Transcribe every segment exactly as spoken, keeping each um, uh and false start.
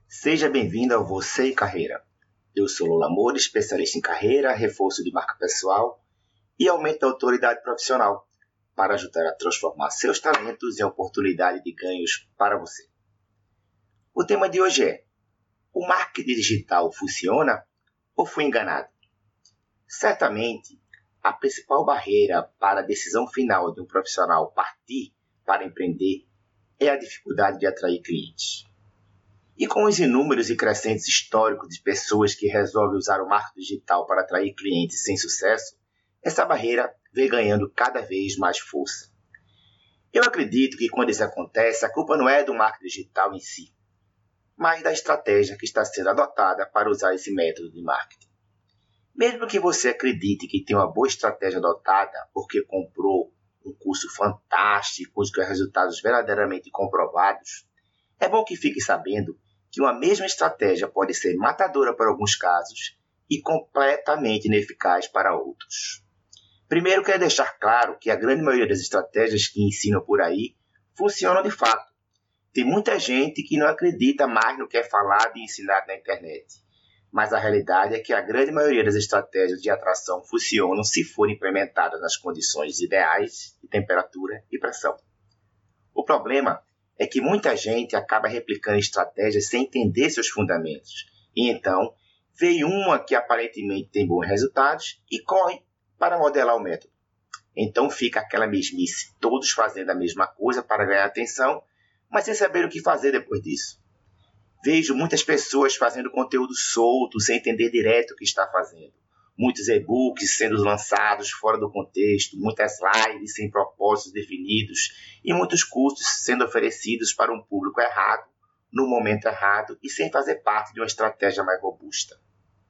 Seja bem-vindo ao Você e Carreira. Eu sou Lola Moura, especialista em carreira, reforço de marca pessoal e aumento da autoridade profissional para ajudar a transformar seus talentos em oportunidade de ganhos para você. O tema de hoje é: o marketing digital funciona ou fui enganado? Certamente, a principal barreira para a decisão final de um profissional partir para empreender é a dificuldade de atrair clientes. E com os inúmeros e crescentes históricos de pessoas que resolvem usar o marketing digital para atrair clientes sem sucesso, essa barreira vem ganhando cada vez mais força. Eu acredito que quando isso acontece, a culpa não é do marketing digital em si, mas da estratégia que está sendo adotada para usar esse método de marketing. Mesmo que você acredite que tem uma boa estratégia adotada porque comprou um curso fantástico com os resultados verdadeiramente comprovados, é bom que fique sabendo que uma mesma estratégia pode ser matadora para alguns casos e completamente ineficaz para outros. Primeiro, quero deixar claro que a grande maioria das estratégias que ensinam por aí funcionam de fato. Tem muita gente que não acredita mais no que é falado e ensinado na internet. Mas a realidade é que a grande maioria das estratégias de atração funcionam se forem implementadas nas condições ideais de temperatura e pressão. O problema é que muita gente acaba replicando estratégias sem entender seus fundamentos. E então, vê uma que aparentemente tem bons resultados e corre para modelar o método. Então fica aquela mesmice, todos fazendo a mesma coisa para ganhar atenção, mas sem saber o que fazer depois disso. Vejo muitas pessoas fazendo conteúdo solto, sem entender direto o que está fazendo. Muitos e-books sendo lançados fora do contexto, muitas lives sem propósitos definidos e muitos cursos sendo oferecidos para um público errado, no momento errado e sem fazer parte de uma estratégia mais robusta.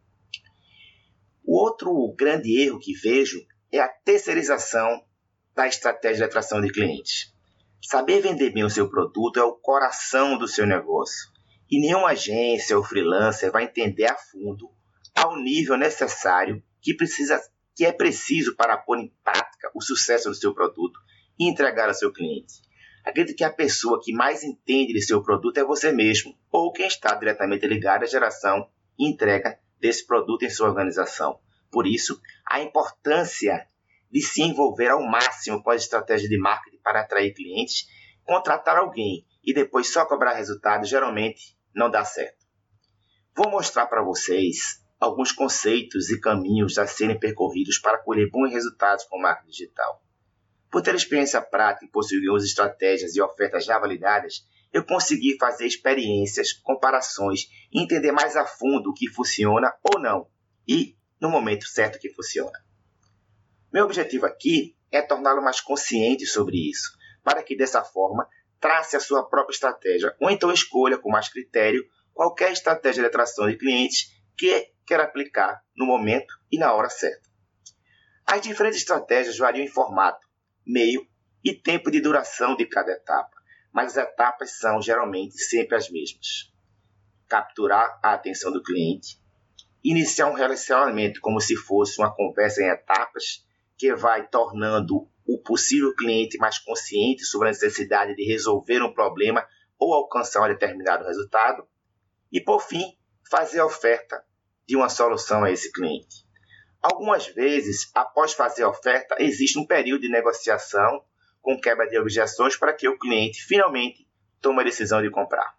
O outro grande erro que vejo é a terceirização da estratégia de atração de clientes. Saber vender bem o seu produto é o coração do seu negócio e nenhuma agência ou freelancer vai entender a fundo ao nível necessário que, precisa, que é preciso para pôr em prática o sucesso do seu produto e entregar ao seu cliente. Acredito que a pessoa que mais entende de seu produto é você mesmo ou quem está diretamente ligado à geração e entrega desse produto em sua organização. Por isso, a importância de se envolver ao máximo com as estratégias de marketing para atrair clientes, contratar alguém e depois só cobrar resultados geralmente não dá certo. Vou mostrar para vocês alguns conceitos e caminhos a serem percorridos para colher bons resultados com o marketing digital. Por ter experiência prática e possuir algumas estratégias e ofertas já validadas, eu consegui fazer experiências, comparações e entender mais a fundo o que funciona ou não e no momento certo que funciona. Meu objetivo aqui é torná-lo mais consciente sobre isso, para que dessa forma trace a sua própria estratégia ou então escolha com mais critério qualquer estratégia de atração de clientes que quer aplicar no momento e na hora certa. As diferentes estratégias variam em formato, meio e tempo de duração de cada etapa, mas as etapas são geralmente sempre as mesmas. Capturar a atenção do cliente, iniciar um relacionamento como se fosse uma conversa em etapas que vai tornando o possível cliente mais consciente sobre a necessidade de resolver um problema ou alcançar um determinado resultado e, por fim, fazer a oferta de uma solução a esse cliente. Algumas vezes, após fazer a oferta, existe um período de negociação com quebra de objeções para que o cliente finalmente tome a decisão de comprar.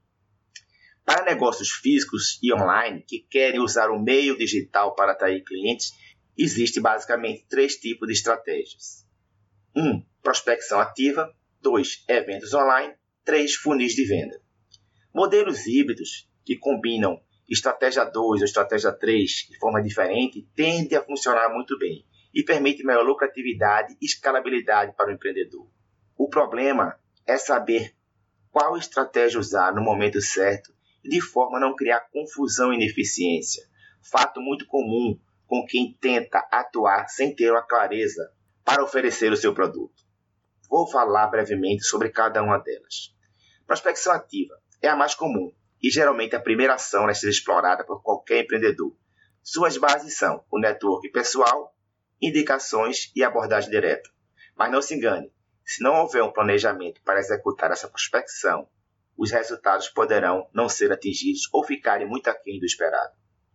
Para negócios físicos e online que querem usar o meio digital para atrair clientes, existem basicamente três tipos de estratégias. um. Prospecção ativa. dois. Eventos online. três. Funis de venda. Modelos híbridos que combinam estratégia dois ou estratégia três de forma diferente tendem a funcionar muito bem e permitem maior lucratividade e escalabilidade para o empreendedor. O problema é saber qual estratégia usar no momento certo e de forma a não criar confusão e ineficiência, fato muito comum com quem tenta atuar sem ter uma clareza para oferecer o seu produto. Vou falar brevemente sobre cada uma delas. Prospecção ativa é a mais comum e geralmente a primeira ação a ser explorada por qualquer empreendedor. Suas bases são o network pessoal, indicações e abordagem direta. Mas não se engane, se não houver um planejamento para executar essa prospecção, os resultados poderão não ser atingidos ou ficarem muito aquém do esperado.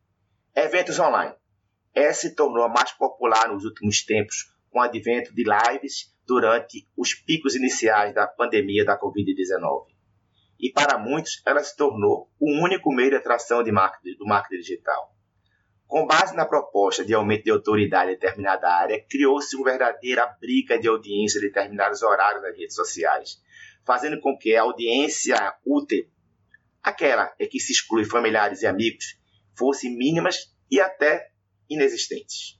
Eventos online. Essa se tornou a mais popular nos últimos tempos, com o advento de lives durante os picos iniciais da pandemia da covid dezenove. E para muitos, ela se tornou o único meio de atração de marketing, do marketing digital. Com base na proposta de aumento de autoridade em determinada área, criou-se uma verdadeira briga de audiência em determinados horários nas redes sociais, fazendo com que a audiência útil, aquela em que se exclui familiares e amigos, fossem mínimas e até inexistentes.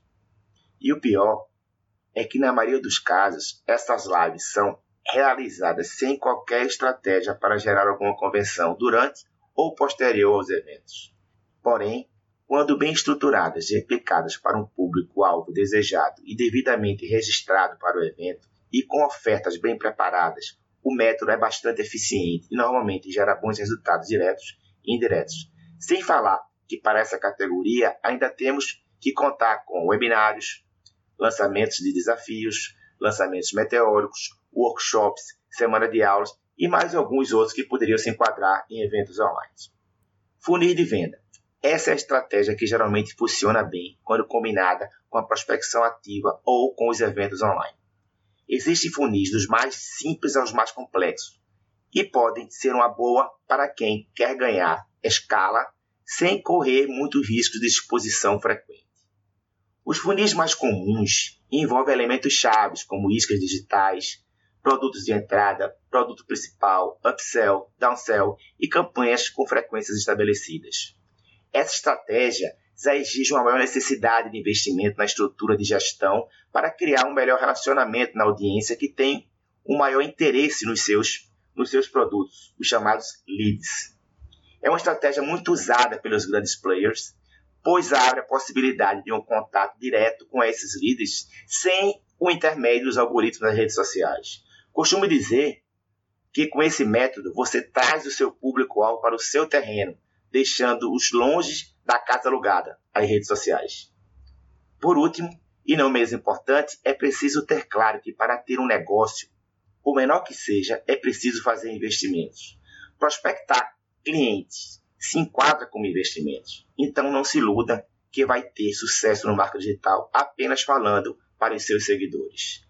E o pior é que, na maioria dos casos, essas lives são realizadas sem qualquer estratégia para gerar alguma conversão durante ou posterior aos eventos. Porém, quando bem estruturadas e aplicadas para um público-alvo desejado e devidamente registrado para o evento, e com ofertas bem preparadas, o método é bastante eficiente e normalmente gera bons resultados diretos e indiretos. Sem falar que para essa categoria ainda temos que contar com webinários, lançamentos de desafios, lançamentos meteóricos, workshops, semana de aulas e mais alguns outros que poderiam se enquadrar em eventos online. Funil de venda. Essa é a estratégia que geralmente funciona bem quando combinada com a prospecção ativa ou com os eventos online. Existem funis dos mais simples aos mais complexos e podem ser uma boa para quem quer ganhar escala sem correr muitos riscos de exposição frequente. Os funis mais comuns envolvem elementos chaves como iscas digitais, produtos de entrada, produto principal, upsell, downsell e campanhas com frequências estabelecidas. Essa estratégia já exige uma maior necessidade de investimento na estrutura de gestão para criar um melhor relacionamento na audiência que tem um maior interesse nos seus, nos seus produtos, os chamados leads. É uma estratégia muito usada pelos grandes players, pois abre a possibilidade de um contato direto com esses leads sem o intermédio dos algoritmos das redes sociais. Costumo dizer que com esse método você traz o seu público-alvo para o seu terreno, deixando-os longe da casa alugada, as redes sociais. Por último, e não menos importante, é preciso ter claro que para ter um negócio, por menor que seja, é preciso fazer investimentos. Prospectar clientes se enquadra como investimentos. Então não se iluda que vai ter sucesso no marketing digital apenas falando para os seus seguidores.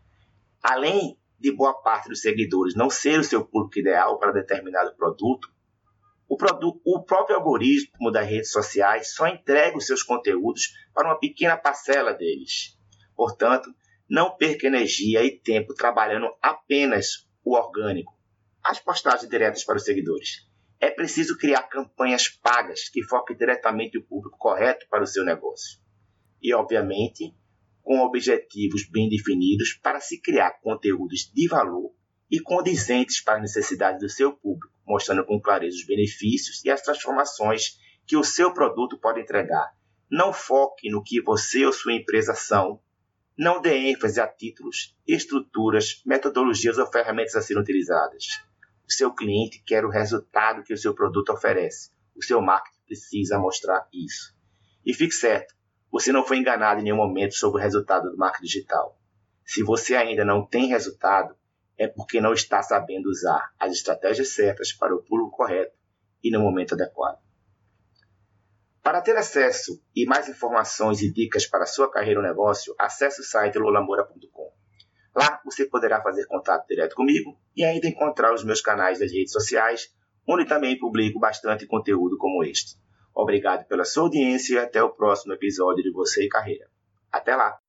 Além de boa parte dos seguidores não ser o seu público ideal para determinado produto, O, produto, o próprio algoritmo das redes sociais só entrega os seus conteúdos para uma pequena parcela deles. Portanto, não perca energia e tempo trabalhando apenas o orgânico, as postagens diretas para os seguidores. É preciso criar campanhas pagas que foquem diretamente o público correto para o seu negócio. E, obviamente, com objetivos bem definidos para se criar conteúdos de valor e condizentes para as necessidades do seu público, mostrando com clareza os benefícios e as transformações que o seu produto pode entregar. Não foque no que você ou sua empresa são. Não dê ênfase a títulos, estruturas, metodologias ou ferramentas a serem utilizadas. O seu cliente quer o resultado que o seu produto oferece. O seu marketing precisa mostrar isso. E fique certo, você não foi enganado em nenhum momento sobre o resultado do marketing digital. Se você ainda não tem resultado, é porque não está sabendo usar as estratégias certas para o público correto e no momento adequado. Para ter acesso e mais informações e dicas para a sua carreira ou negócio, acesse o site lolamora ponto com. Lá você poderá fazer contato direto comigo e ainda encontrar os meus canais das redes sociais, onde também publico bastante conteúdo como este. Obrigado pela sua audiência e até o próximo episódio de Você e Carreira. Até lá!